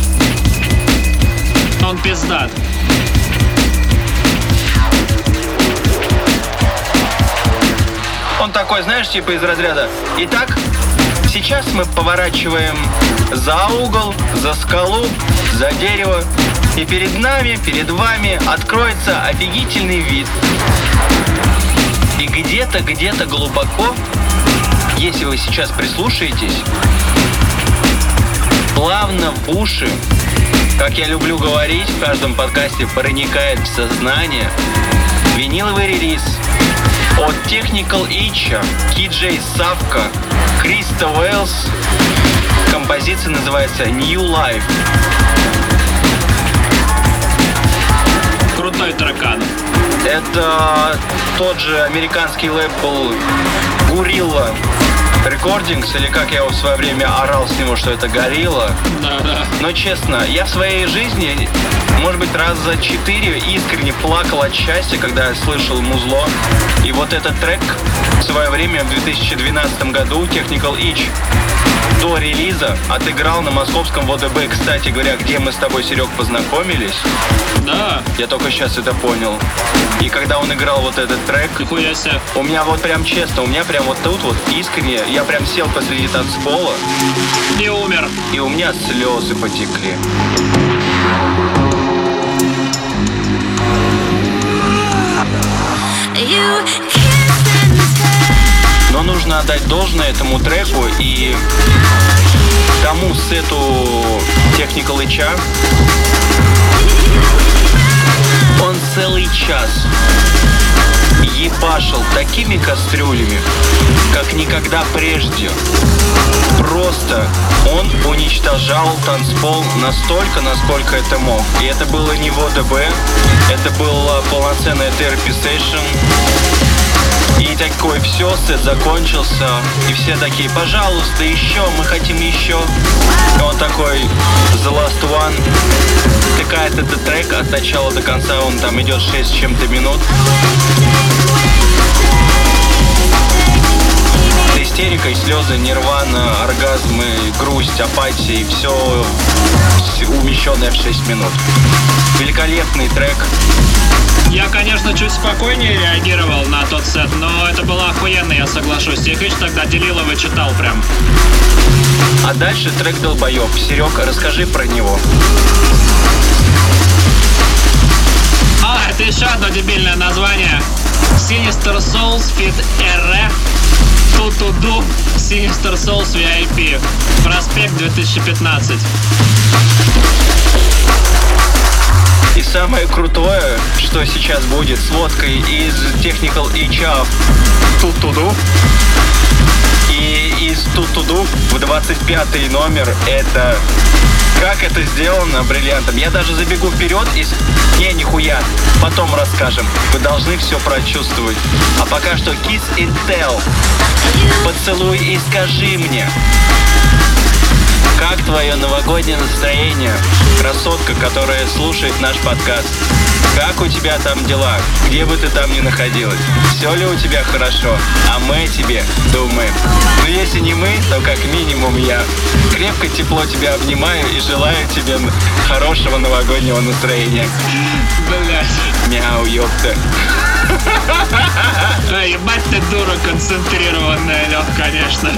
Он пиздат. Он такой, знаешь, типа из разряда. Итак, сейчас мы поворачиваем за угол, за скалу, за дерево. И перед нами, перед вами откроется офигительный вид. И где-то, где-то глубоко, если вы сейчас прислушаетесь, плавно в уши, как я люблю говорить в каждом подкасте, проникает в сознание виниловый релиз от Technical Itch, Кей-Джей Савка, Криста Уэллс. Композиция называется New Life. Крутой трекан. Это тот же американский лейбл Gorilla Recordings, или как я его в свое время орал с него, что это Горилла. Да, да. Но честно, я в своей жизни, может быть, раз за четыре искренне плакал от счастья, когда я слышал музло. И вот этот трек в свое время, в две тысячи двенадцатом году, Technical Itch до релиза отыграл на московском ВДБ. Кстати говоря, где мы с тобой, Серег, познакомились. Да. Я только сейчас это понял. И когда он играл вот этот трек, Нихуя себе. у меня вот прям честно, у меня прям вот тут вот искренне, я прям сел посреди танцпола. И умер. И у меня слезы потекли. Но нужно отдать должное этому треку и тому сету Technical H. Он целый час ебашил такими кастрюлями, как никогда прежде. Просто он уничтожал танцпол настолько, насколько это мог. И это было не в ОДБ, это была полноценная терапи сейшн. И такой, все, сет закончился. И все такие, пожалуйста, еще, мы хотим еще. И он такой, the last one. Тыкает этот трек от начала до конца, он там идет шесть с чем-то минут. С истерикой, слезы, нирвана, оргазмы, грусть, апатия и все умещенное в шесть минут. Великолепный трек. Я, конечно, чуть спокойнее реагировал на тот сет, но это было охуенно, я соглашусь. Тихич тогда Делилова читал прям. А дальше трек «Долбоёб». Серег, расскажи про него. А, это еще одно дебильное название. Sinister Souls Fit эр и Ту-Ту-Ду Sinister Souls ви ай пи. Проспект две тысячи пятнадцать. И самое крутое, что сейчас будет с водкой из Technical H Ту-Ту-Ду. И из Ту-Ту-Ду в двадцать пятый номер это... Как это сделано бриллиантом? Я даже забегу вперед и... Не, нихуя. Потом расскажем. Вы должны все прочувствовать. А пока что Kiss and Tell. Поцелуй и скажи мне. Как твое новогоднее настроение, красотка, которая слушает наш подкаст? Как у тебя там дела? Где бы ты там ни находилась? Все ли у тебя хорошо? А мы о тебе думаем. Но если не мы, то как минимум я. Крепко тепло тебя обнимаю и желаю тебе хорошего новогоднего настроения. Блять. Мяу, ёпта. Эй, ебать ты дура концентрированная, Лёх, конечно.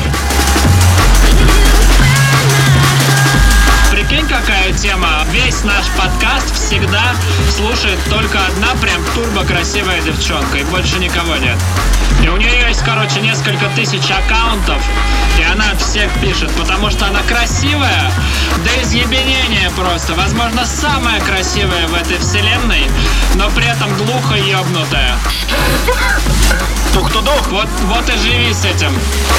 Прикинь, какая тема. Весь наш подкаст всегда слушает только одна прям турбо красивая девчонка, и больше никого нет. И у нее есть, короче, несколько тысяч аккаунтов, и она от всех пишет, потому что она красивая, до изъебенения просто. Возможно, самая красивая в этой вселенной, но при этом глухо ёбнутая. Тух-тудух. Вот, вот и живи с этим.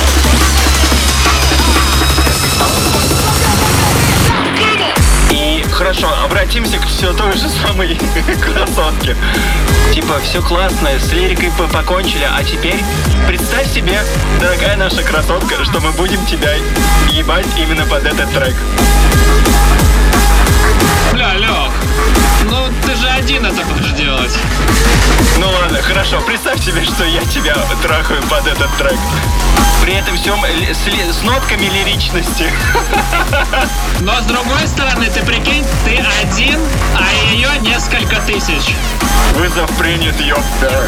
И хорошо, обратимся к все той же самой красотке. Типа, все классно, с лирикой покончили, а теперь представь себе, дорогая наша красотка, что мы будем тебя ебать именно под этот трек. Бля, Лёх, ну ты же один это будешь делать. Ну ладно, хорошо, представь себе, что я тебя трахаю под этот трек. При этом всем с, с нотками лиричности. Но с другой стороны, ты прикинь, ты один, а ее несколько тысяч. Вызов принят, ёпта.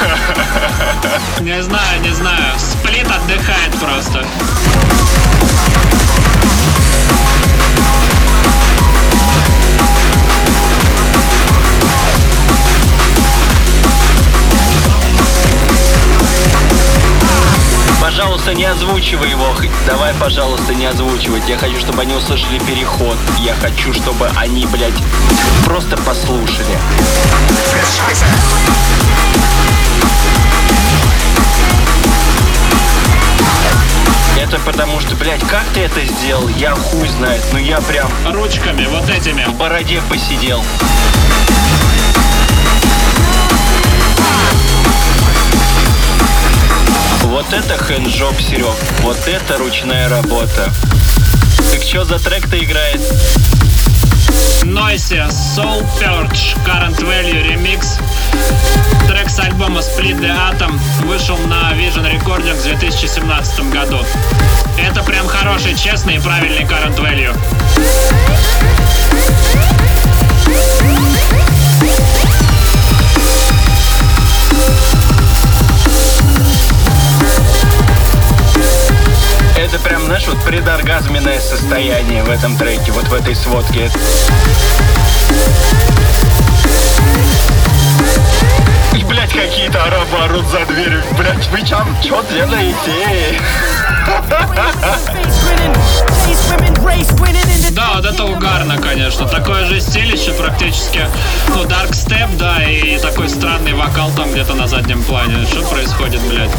Не знаю, не знаю. Сплит отдыхает просто. Пожалуйста, не озвучивай его. Давай, пожалуйста, не озвучивать. Я хочу, чтобы они услышали переход. Я хочу, чтобы они, блядь, просто послушали. Это потому что, блядь, как ты это сделал? Я хуй знает. Ну я прям... Ручками, вот этими. В бороде посидел. Вот это хэнджоп, Серег. Вот это ручная работа. Так что за трек-то играет? Noisy Soul Purge Current Value Remix. Трек с альбома Split the Atom вышел на Vision Recordings в две тысячи семнадцатом году. Это прям хороший, честный и правильный Current Value. это прям, знаешь, вот предоргазменное состояние в этом треке, вот в этой сводке. И, блядь, какие-то арабы орут за дверью. Блядь, вы чем, что делаете? Да, вот это угарно, конечно. Такое же стилище практически. Ну, Dark Step, да, и такой странный вокал там где-то на заднем плане. Что происходит, блядь?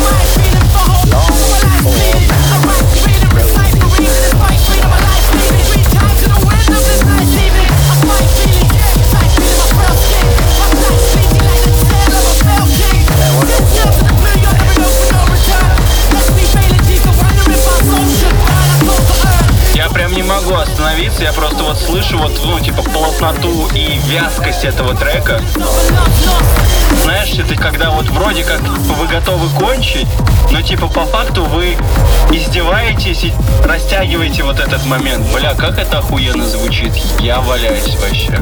Я прям не могу остановиться, я просто вот слышу вот, ну, типа, плотноту и вязкость этого трека. Знаешь, это когда вот вроде как вы готовы кончить, но типа по факту вы издеваетесь и растягиваете вот этот момент. Бля, как это охуенно звучит, я валяюсь вообще.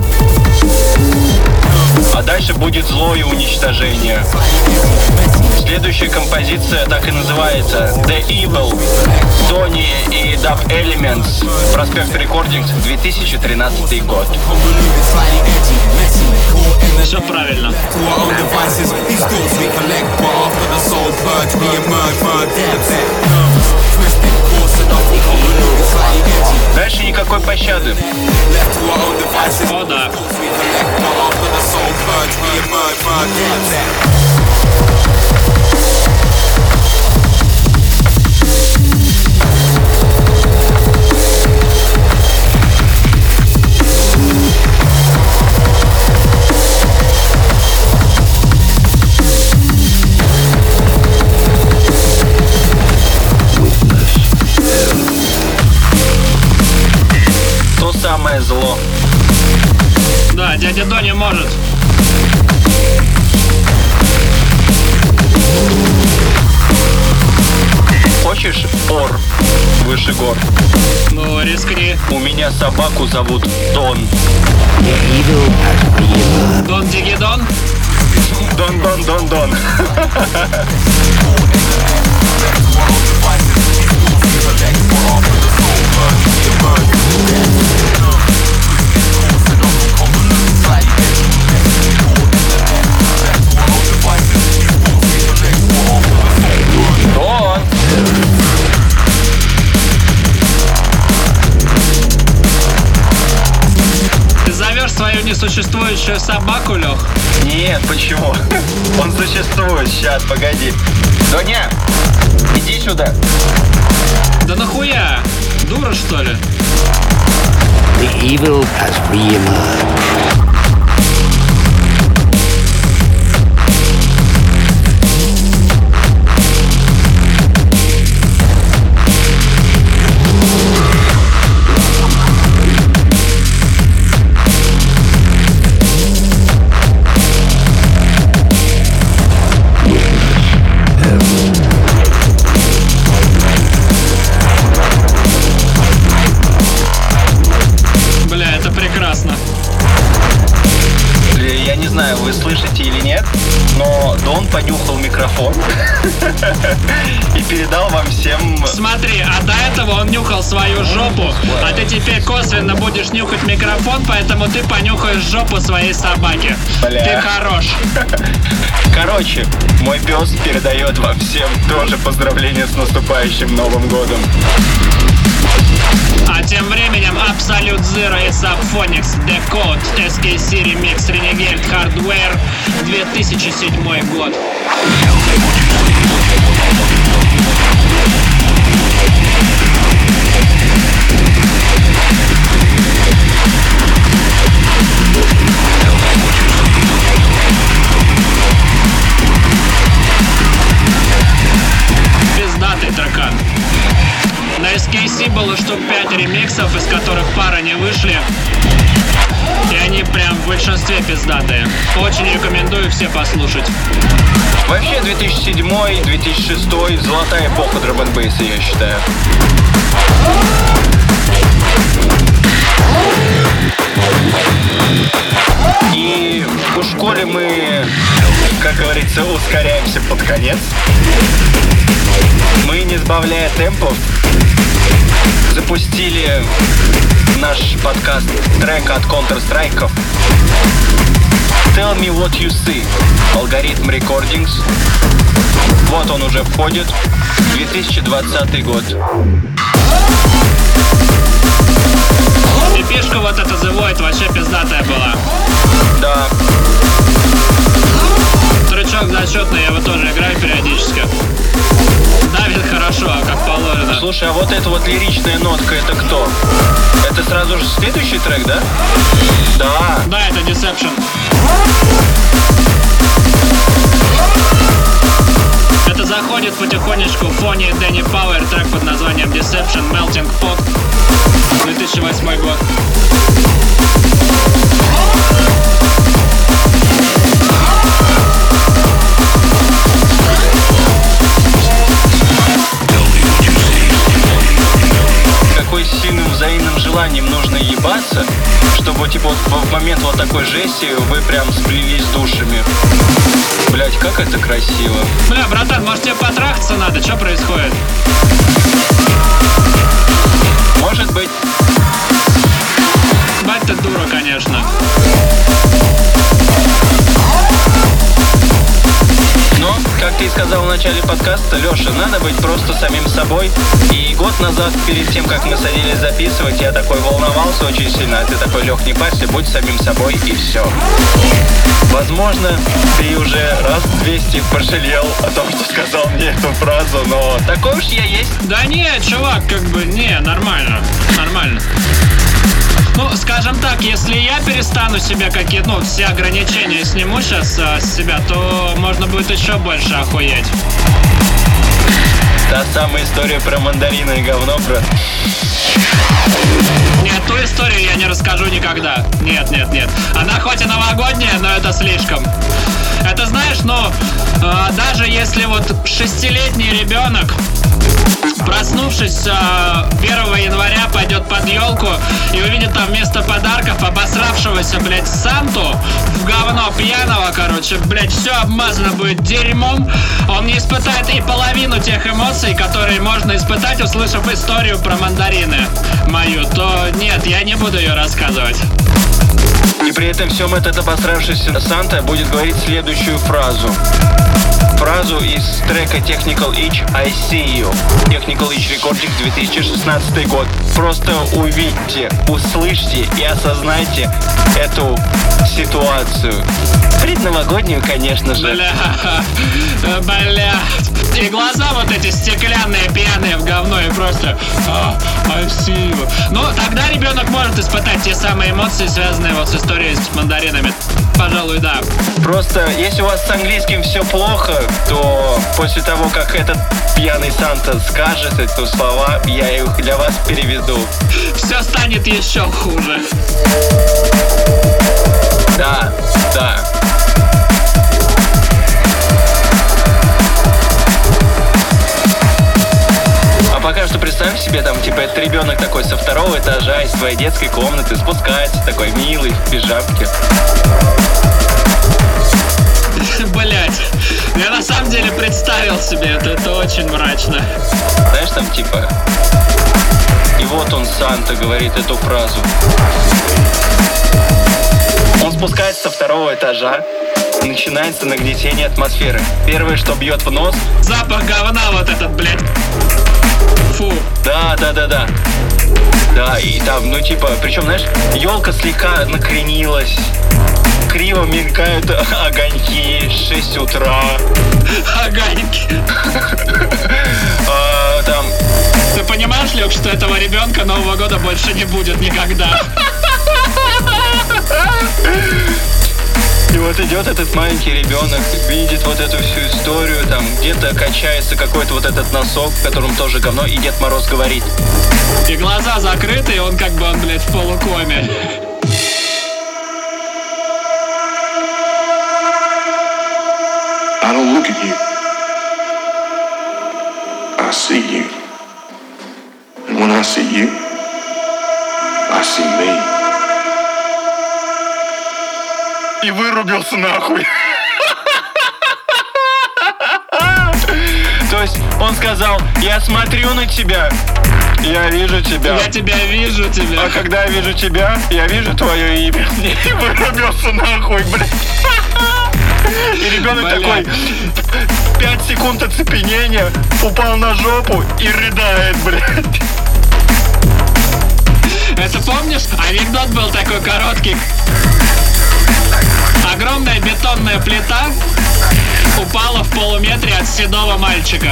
А дальше будет злое уничтожение. Следующая композиция так и называется The Evil, Donny и Dub Elements, Prospect Recordings, две тысячи тринадцатый год. Все правильно. Дальше никакой пощады. О, да. То самое зло. Да, дядя Дони может. Хочешь ор выше гор? Ну, рискни. У меня собаку зовут Дон. Дон Дигидон? Дон, Дон, Дон, Дон. Дон. Ты зовешь свою несуществующую собаку, Лех? Нет, почему? Он существует. Сейчас, погоди. Доня, иди сюда. Да нахуя? Дура, что ли? The evil has re-emerged. Бля, это прекрасно. Я не знаю, вы слышите или нет, но Дон понюхал микрофон и передал вам всем... Смотри, а до этого он нюхал свою жопу, а ты теперь косвенно будешь нюхать микрофон, поэтому ты понюхаешь жопу своей собаки. Бля. Ты хорош. Короче, мой пес передает вам всем тоже поздравления с наступающим Новым годом. А тем временем Absolute Zero и Subphonics The Code эс кей си Remix Renegade Hardware две тысячи седьмой год. Пиздатый трекан. На эс кей си было штук пять ремиксов, из которых пара не вышли. И они прям в большинстве пиздатые. Очень рекомендую все послушать. Вообще две тысячи седьмой - две тысячи шестой золотая эпоха драм-н-бейса, я считаю. И в школе мы как говорится, ускоряемся под конец. Мы, не сбавляя темпов, запустили наш подкаст трека от Counter-Strike. Tell me what you see. Алгоритм Recordings. Вот он уже входит. две тысячи двадцатый год. И пешка вот эта The Void вообще пиздатая была. Да. Тречок зачетный, я его тоже играю периодически. Давит хорошо, как положено. Слушай, а вот эта вот лиричная нотка, это кто? Это сразу же следующий трек, да? Да. Да, это Deception. Это заходит потихонечку в фоне Danny Power, трек под названием Deception Melting Pot, две тысячи восьмой год. Какой сильным взаимным желанием нужно ебаться, чтобы типа вот в момент вот такой жести вы прям сплелись душами. Блять, как это красиво. Бля, братан, может тебе потрахаться надо? Что происходит? Может быть. Бать ты дура, конечно. Но, как ты и сказал в начале подкаста, Леша, надо быть просто самим собой. И год назад, перед тем, как мы садились записывать, я такой волновался очень сильно. А ты такой: Лех, не парься, будь самим собой, и все. Возможно, ты уже раз двести пожалел о том, что сказал мне эту фразу, но такой уж я есть. Да не, чувак, как бы, не, нормально, нормально. Ну, скажем так, если я перестану себе какие-то, ну, все ограничения сниму сейчас а, с себя, то можно будет еще больше охуеть. Та самая история про мандарины и говно, брат. Нет, ту историю я не расскажу никогда. Нет, нет, нет. Она хоть и новогодняя, но это слишком. Это, знаешь, ну, э, даже если вот шестилетний ребенок, проснувшись э, первого января, пойдет под елку и увидит там вместо подарков обосравшегося, блядь, Санту в говно пьяного, короче, блядь, все обмазано будет дерьмом, он не испытает и половину тех эмоций, которые можно испытать, услышав историю про мандарины мою, то нет, я не буду ее рассказывать. И при этом всем этот обосравшийся Санта будет говорить следующую фразу. Фразу из трека Technical Itch I See You. Technical Itch Recordings две тысячи шестнадцатый год. Просто увидьте, услышьте и осознайте эту ситуацию. Предновогоднюю, конечно же. Бля, бля. И глаза вот эти стеклянные, пьяные в говно, и просто а, I see you. Ну, тогда ребенок может испытать те самые эмоции, связанные вот с историей с мандаринами. Пожалуй, да. Просто, если у вас с английским все плохо, то после того, как этот пьяный Санта скажет эти слова, я их для вас переведу. Все станет еще хуже. Да, да. А пока что представь себе, там, типа, этот ребенок такой со второго этажа из своей детской комнаты спускается, такой милый, в пижамке. Блять, я на самом деле представил себе это, это очень мрачно. Знаешь, там, типа, и вот он, Санта, говорит эту фразу. Он спускается со второго этажа, начинается нагнетение атмосферы. Первое, что бьет в нос... Запах говна вот этот, блядь. Фу. Да, да, да, да. Да, и там, ну типа, причем, знаешь, елка слегка накренилась. Криво мелькают огоньки, шесть утра. Огоньки. А, там... Ты понимаешь, Лёк, что этого ребенка Нового года больше не будет никогда? И вот идет этот маленький ребенок, видит вот эту всю историю, там где-то качается какой-то вот этот носок, в котором тоже говно, и Дед Мороз говорит. И глаза закрыты, и он как бы, он, блядь, в полукоме. I don't look at you. I see you. And when I see you, I see me. И вырубился нахуй. Он сказал: я смотрю на тебя, я вижу тебя. Я тебя вижу, тебя. А когда я вижу тебя, я вижу твое имя. И вырубился нахуй, блядь. И ребенок Бля. такой, пять секунд оцепенения, упал на жопу и рыдает, блядь. Это помнишь? Анекдот был такой короткий. Огромная бетонная плита упала в полуметре от седого мальчика.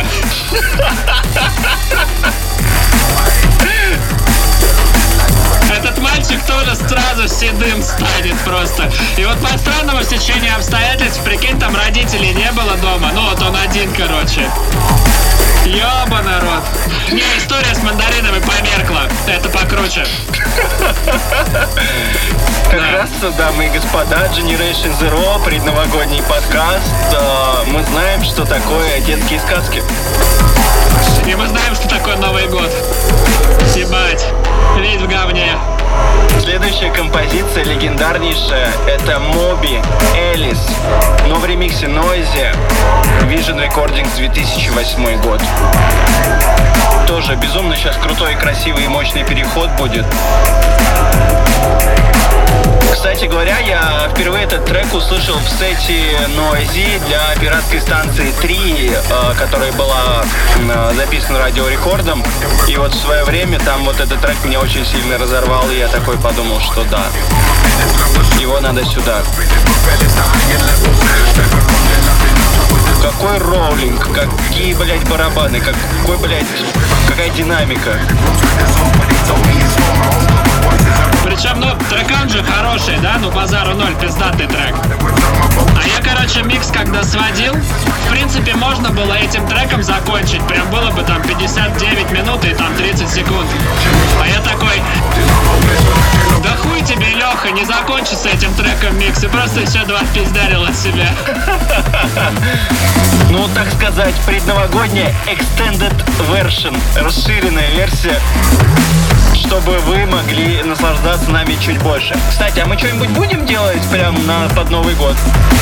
Этот мальчик тоже сразу седым станет просто. И вот по странному стечению обстоятельств, прикинь, там родителей не было дома. Ну вот он один, короче. Ёба, народ. Не, история с мандаринами померкла. Это покруче. Как раз, дамы и господа, Generation Zero, предновогодний подкаст. А, Мы знаем, что такое детские сказки. И мы знаем, что такое Новый год. Ебать. Весь в говне. Следующая композиция легендарнейшая. Это Моби, Элис, но в ремиксе Noisy, Vision Recordings две тысячи восьмой год. Тоже безумно сейчас крутой, красивый и мощный переход будет. Кстати говоря, я впервые этот трек услышал в сете Noisy для пиратской станции три, которая была записана радиорекордом. И вот в свое время там вот этот трек меня очень сильно разорвал, и я такой подумал, что да, его надо сюда. Какой роулинг, какие, блядь, барабаны, какой, блядь, какая динамика. Причем, ну, трекан же хороший, да? Ну, базару ноль, пиздатый трек. А я, короче, микс когда сводил, в принципе, можно было этим треком закончить. Прям было бы там пятьдесят девять минут и там тридцать секунд. А я такой: да хуй тебе, Леха, не закончи с этим треком микс. И просто еще два пиздарил от себя. Ну, так сказать, предновогодняя extended version, расширенная версия, чтобы вы могли наслаждаться нами чуть больше. Кстати, а мы что-нибудь будем делать прям на, под Новый год?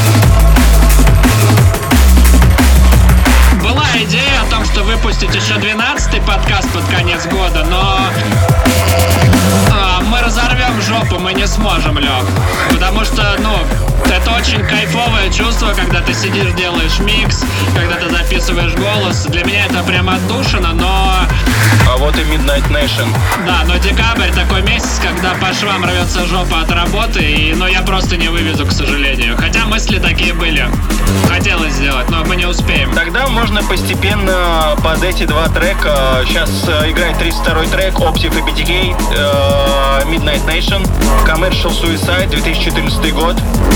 Была идея о том, что выпустить еще двенадцатый подкаст под конец года, но а, мы разорвем жопу, мы не сможем, Лёх. Потому что, ну, это очень кайфовое чувство, когда ты сидишь, делаешь микс, когда ты записываешь голос. Для меня это прям отдушина, но... А вот и Midnight Nation. Да, но декабрь такой месяц, когда по швам рвется жопа от работы, и, но я просто не вывезу, к сожалению. Хотя мысли такие были. Хотелось сделать, но мы не успеем. Тогда можно постепенно под эти два трека. Сейчас играет тридцать второй трек Optiv и би ти кей, э, Midnight Nation, Commercial Suicide, две тысячи четырнадцатый год.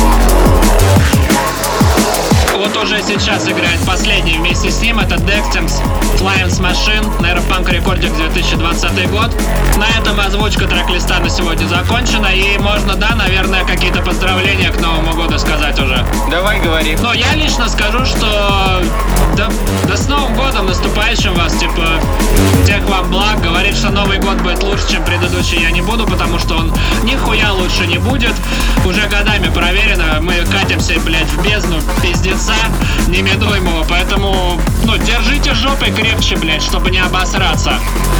Вот уже сейчас играет последний вместе с ним. Это Dextings Flying Machine, Neuropunk Recording две тысячи двадцатый год. На этом озвучка трек-листа на сегодня закончена. И можно, да, наверное, какие-то поздравления к Новому году сказать уже. Давай, говори. Но я лично скажу, что да, да с Новым годом наступающим вас, типа, тех вам благ. Говорить, что Новый год будет лучше, чем предыдущий, я не буду, потому что он нихуя лучше не будет. Уже годами проверено. Мы катимся, блядь, в бездну пиздеца неминуемого. Поэтому, ну, держите жопой крепче, блядь, чтобы не обосраться.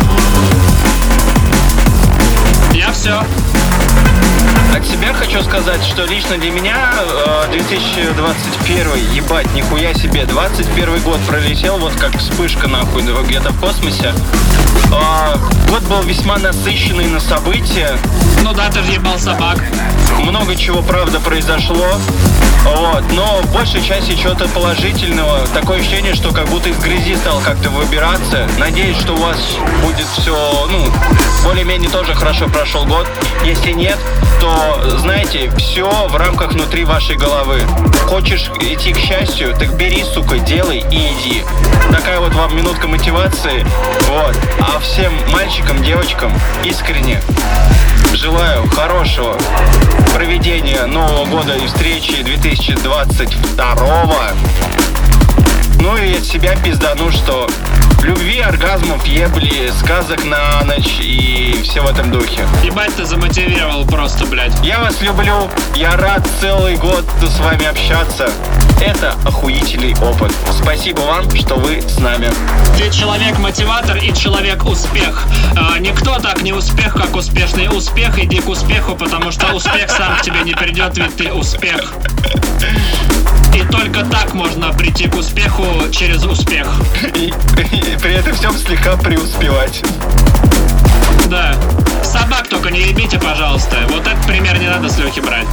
Я все. От себя хочу сказать, что лично для меня две тысячи двадцать первый, ебать, нихуя себе, двадцать первый год пролетел вот как вспышка нахуй где-то в космосе. Год был весьма насыщенный на события. Ну да, ты же ебал собак. Много чего, правда, произошло. Вот, но в большей части чего-то положительного. Такое ощущение, что как будто из грязи стал как-то выбираться. Надеюсь, что у вас будет все, ну, более-менее тоже хорошо прошел год. Если нет, то, знаете, все в рамках внутри вашей головы. Хочешь идти к счастью, так бери, сука, делай и иди. Такая вот вам минутка мотивации. Вот. А всем мальчикам, девочкам искренне желаю хорошего проведения Нового года и встречи две тысячи двадцать второго. Ну и от себя пиздану, что Любви, оргазмов, ебли, сказок на ночь и все в этом духе. Ебать, ты замотивировал просто, блядь. Я вас люблю, я рад целый год с вами общаться. Это охуительный опыт. Спасибо вам, что вы с нами. Ты человек-мотиватор и человек-успех. А, никто так не успех, как успешный успех. Иди к успеху, потому что успех сам к тебе не придет, ведь ты успех. И только так можно прийти к успеху через успех. И, и при этом всем слегка преуспевать. Да. Собак только не ебите, пожалуйста. Вот этот пример не надо с Лёхи брать.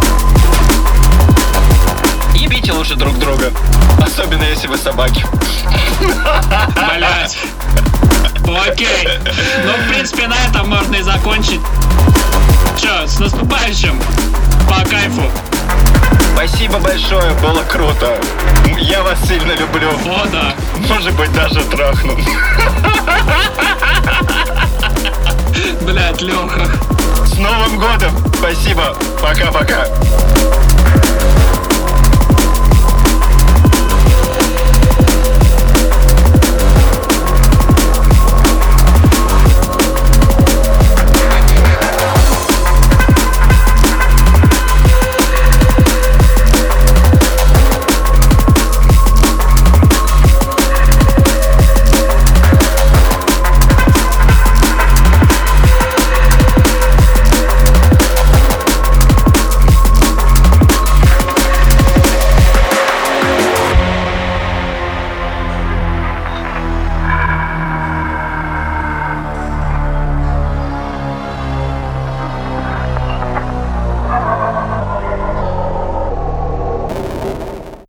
Ебите лучше друг друга. Особенно если вы собаки. Блять. Окей. Ну, в принципе, на этом можно и закончить. Чё, с наступающим. По кайфу. Спасибо большое, было круто. Я вас сильно люблю. О, да. Может быть, даже трахну. Блять, Лёха. С Новым годом! Спасибо. Пока-пока.